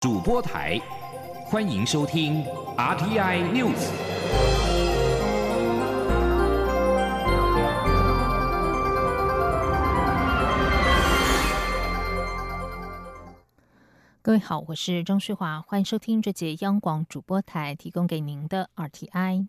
主播台，欢迎收听 RTI News。 各位好，我是张旭华，欢迎收听这节央广主播台提供给您的 RTI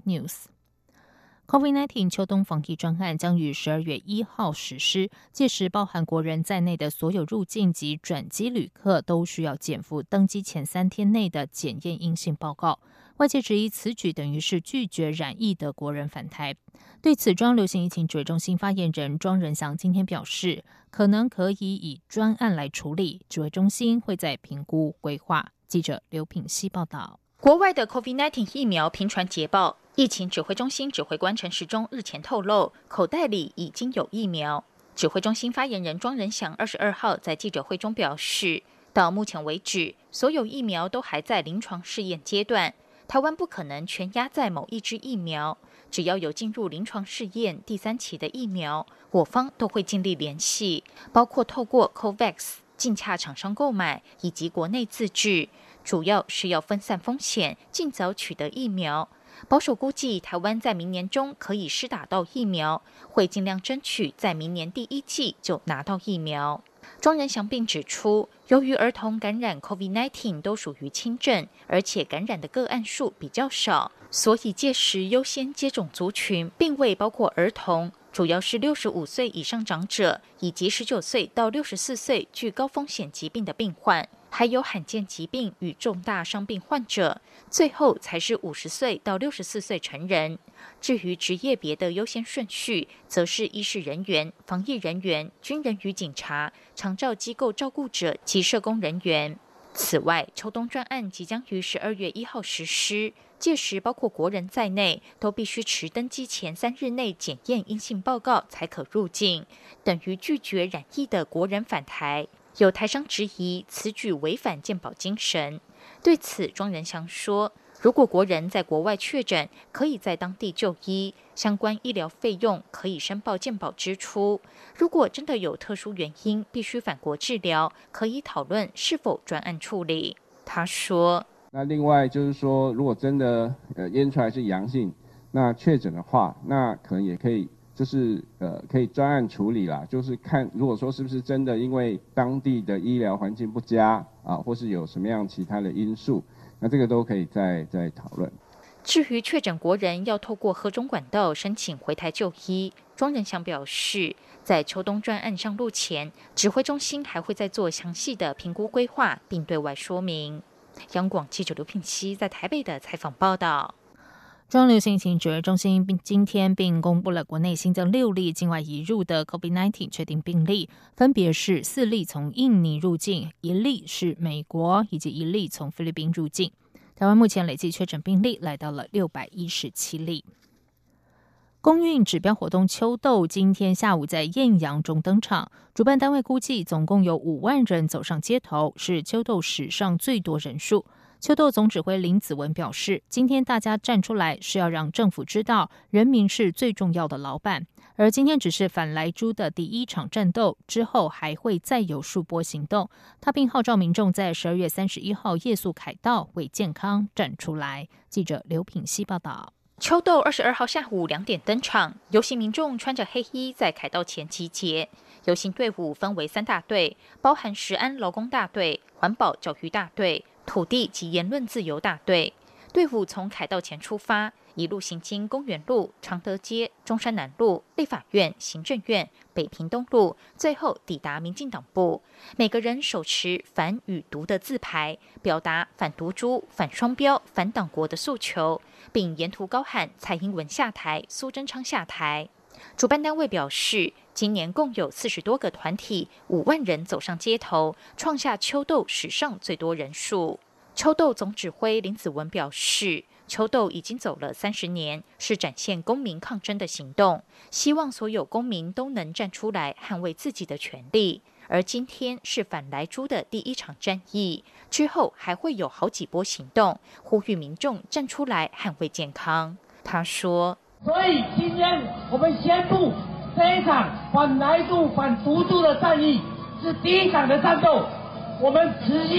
News。COVID-19 秋冬防疫专案将于12月1号实施，届时包含国人在内的所有入境及转机旅客都需要减负登机前3天内的检验阴性报告。外界质疑此举等于是拒绝染疫的国人返台。对此，中央流行疫情指挥中心发言人庄人祥今天表示，可能可以以专案来处理，指挥中心会在评估规划。记者刘品希报道。 国外的 COVID-19 疫苗频传捷报，疫情指挥中心指挥官陈时中日前透露，口袋里已经有疫苗。指挥中心发言人庄人祥22号在记者会中表示，到目前为止，所有疫苗都还在临床试验阶段，台湾不可能全压在某一支疫苗，只要有进入临床试验第3期的疫苗，我方都会尽力联系，包括透过 COVAX 竞洽厂商购买以及国内自制，主要是要分散风险，尽早取得疫苗。保守估计，台湾在明年中可以施打到疫苗，会尽量争取在明年第1季就拿到疫苗。庄人祥并指出，由于儿童感染 COVID-19 都属于轻症，而且感染的个案数比较少，所以届时优先接种族群并未包括儿童，主要是65岁以上长者，以及19岁到64岁具高风险疾病的病患，还有罕见疾病与重大伤病患者，最后才是50岁到64岁成人。至于职业别的优先顺序，则是医事人员、防疫人员、军人与警察、长照机构照顾者及社工人员。此外，秋冬专案即将于12月1号实施，届时包括国人在内，都必须持登机前3日内检验阴性报告才可入境，等于拒绝染疫的国人返台。有台商质疑此举违反健保精神，对此庄人祥说，如果国人在国外确诊，可以在当地就医，相关医疗费用可以申报健保支出。如果真的有特殊原因必须返国治疗，可以讨论是否专案处理。他说， 那另外就是说，如果真的验出来是阳性，那确诊的话，那可能也可以就是可以专案处理啦，就是看如果说是不是真的因为当地的医疗环境不佳啊，或是有什么样其他的因素，那这个都可以再讨论。 至于确诊国人要透过何种管道申请回台就医，庄人祥表示，在秋冬专案上路前，指挥中心还会再做详细的评估规划，并对外说明。央广记者刘品希在台北的采访报道。 中央流行疫情指挥中心今天并公布了国内新增6例境外移入的 COVID-19 确定病例，分别是4例从印尼入境，1例是美国，以及1例从菲律宾入境。台湾目前累计确诊病例来到了617例。公运指标活动秋斗今天下午在艳阳中登场，主办单位估计总共有5万人走上街头，是秋斗史上最多人数。秋斗总指挥林子文表示，今天大家站出来是要让政府知道人民是最重要的老板，而今天只是反莱猪的第1场战斗，之后还会再有数波行动。他并号召民众在12月31号夜宿凯道为健康站出来。记者刘品希报道。 秋斗22号下午2点登场，游行民众穿着黑衣在凯道前集结。游行队伍分为3大队，包含食安劳工大队、环保教育大队、土地及言论自由大队。队伍从凯道前出发，一路行经公园路、常德街、中山南路、立法院、行政院、北平东路，最后抵达民进党部。每个人手持反与独的字牌，表达反毒株、反双标、反党国的诉求，并沿途高喊蔡英文下台、苏贞昌下台。主办单位表示，今年共有40多个团体5万人走上街头，创下秋斗史上最多人数。秋斗总指挥林子文表示，秋斗已经走了30年，是展现公民抗争的行动，希望所有公民都能站出来捍卫自己的权利。而今天是反莱猪的第1场战役，之后还会有好几波行动，呼吁民众站出来捍卫健康。他说， 所以今天我们宣布，这一场反莱猪、反毒株的战役是第1场的战斗，我们持续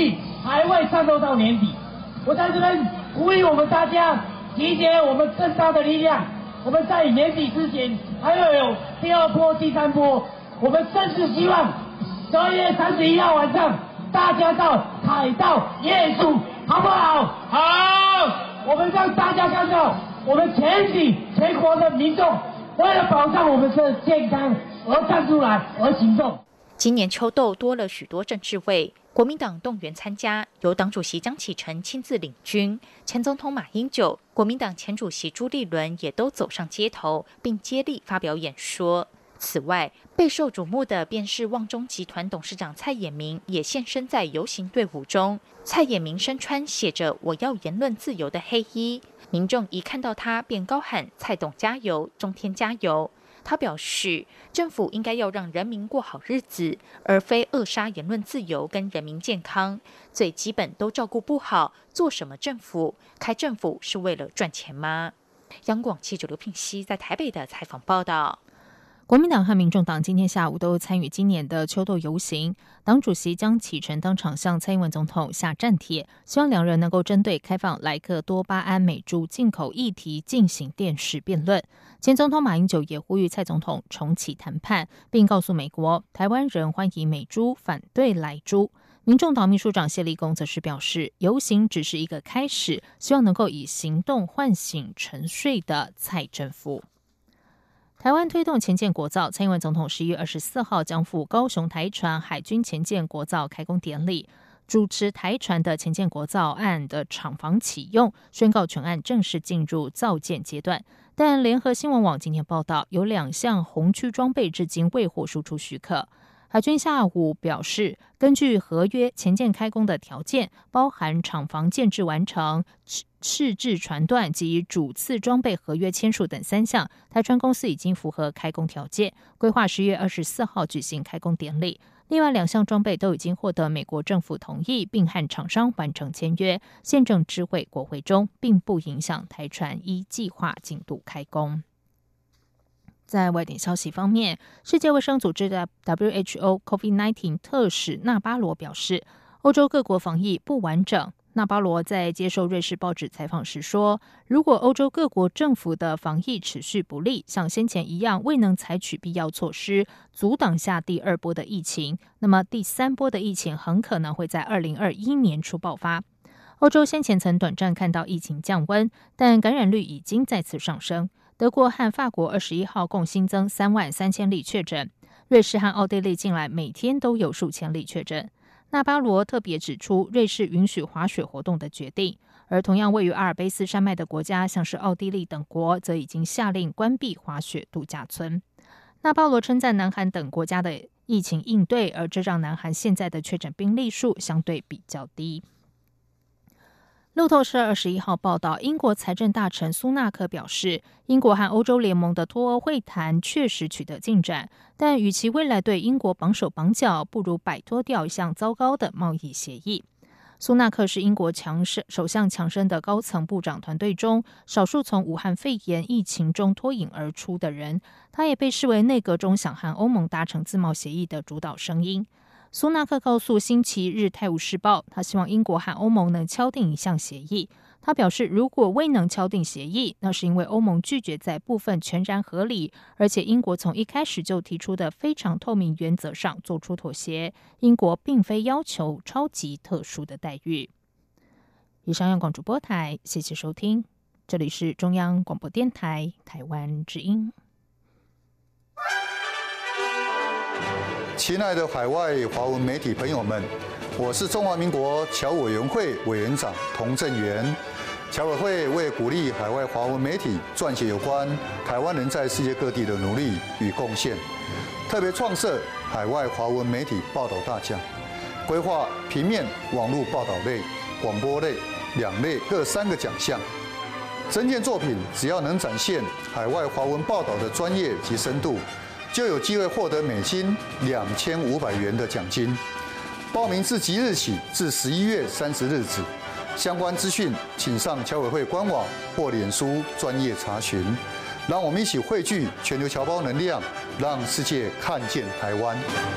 还未战斗到年底。我在这边鼓励我们大家集结我们更大的力量，我们在年底之前还要有第二波、第三波。我们真是希望12月31号晚上大家到海道夜宿，好不好？好，我们让大家看到我们全国的民众为了保障我们的健康而站出来而行动。 今年秋斗多了许多政治味，国民党动员参加，由党主席江启臣亲自领军，前总统马英九、国民党前主席朱立伦也都走上街头，并接力发表演说。此外，备受瞩目的便是旺中集团董事长蔡衍明也现身在游行队伍中。蔡衍明身穿写着"我要言论自由"的黑衣，民众一看到他便高喊"蔡董加油，中天加油"。他表示，政府应该要让人民过好日子，而非扼杀言论自由跟人民健康。最基本都照顾不好，做什么政府？开政府是为了赚钱吗？央广记者刘聘熙在台北的采访报道。 国民党和民众党今天下午都参与今年的秋斗游行，党主席江启臣当场向蔡英文总统下战帖，希望两人能够针对开放莱克多巴胺美猪进口议题进行电视辩论。前总统马英九也呼吁蔡总统重启谈判，并告诉美国，台湾人欢迎美猪，反对莱猪。民众党秘书长谢立功则是表示，游行只是一个开始，希望能够以行动唤醒沉睡的蔡政府。台湾推动前舰国造，蔡英文总统11月24号将赴高雄台船海军前舰国造开工典礼，主持台船的前舰国造案的厂房启用，宣告全案正式进入造舰阶段。但联合新闻网今天报道，有2项红区装备至今未获输出许可。海军下午表示，根据合约，前舰开工的条件包含厂房建制完成、试制船段及主次装备合约签署等3项，台船公司已经符合开工条件，规划10月24号举行开工典礼。另外2项装备都已经获得美国政府同意，并和厂商完成签约，现正知会国会中，并不影响台船依计划进度开工。在外电消息方面，世界卫生组织的 WHO COVID-19 特使纳巴罗表示，欧洲各国防疫不完整。纳巴罗在接受瑞士报纸采访时说，如果欧洲各国政府的防疫持续不力，像先前一样未能采取必要措施阻挡下第2波的疫情，那么第3波的疫情很可能会在2021年初爆发。欧洲先前曾短暂看到疫情降温，但感染率已经再次上升。德国和法国21号共新增33000例确诊，瑞士和奥地利近来每天都有数千例确诊。纳巴罗特别指出，瑞士允许滑雪活动的决定，而同样位于阿尔卑斯山脉的国家，像是奥地利等国，则已经下令关闭滑雪度假村。纳巴罗称赞南韩等国家的疫情应对，而这让南韩现在的确诊病例数相对比较低。路透社21号报道，英国财政大臣苏纳克表示，英国和欧洲联盟的脱欧会谈确实取得进展，但与其未来对英国绑手绑脚，不如摆脱掉一项糟糕的贸易协议。苏纳克是英国首相强生的高层部长团队中少数从武汉肺炎疫情中脱颖而出的人，他也被视为内阁中想和欧盟达成自贸协议的主导声音。苏纳克告诉星期日泰晤士报，他希望英国和欧盟能敲定一项协议。他表示，如果未能敲定协议，那是因为欧盟拒绝在部分全然合理，而且英国从一开始就提出的非常透明原则上做出妥协。英国并非要求超级特殊的待遇。以上央广主播台，谢谢收听，这里是中央广播电台台湾之音。 亲爱的海外华文媒体朋友们，我是中华民国侨委员会委员长童振源。侨委会为鼓励海外华文媒体撰写有关台湾人在世界各地的努力与贡献，特别创设海外华文媒体报道大奖，规划平面、网络报道类、广播类2类各3个奖项。整件作品只要能展现海外华文报道的专业及深度，就有机会获得美金2500元的奖金。报名自即日起至11月30日止。相关资讯请上侨委会官网或脸书专业查询。让我们一起汇聚全球侨胞能量，让世界看见台湾。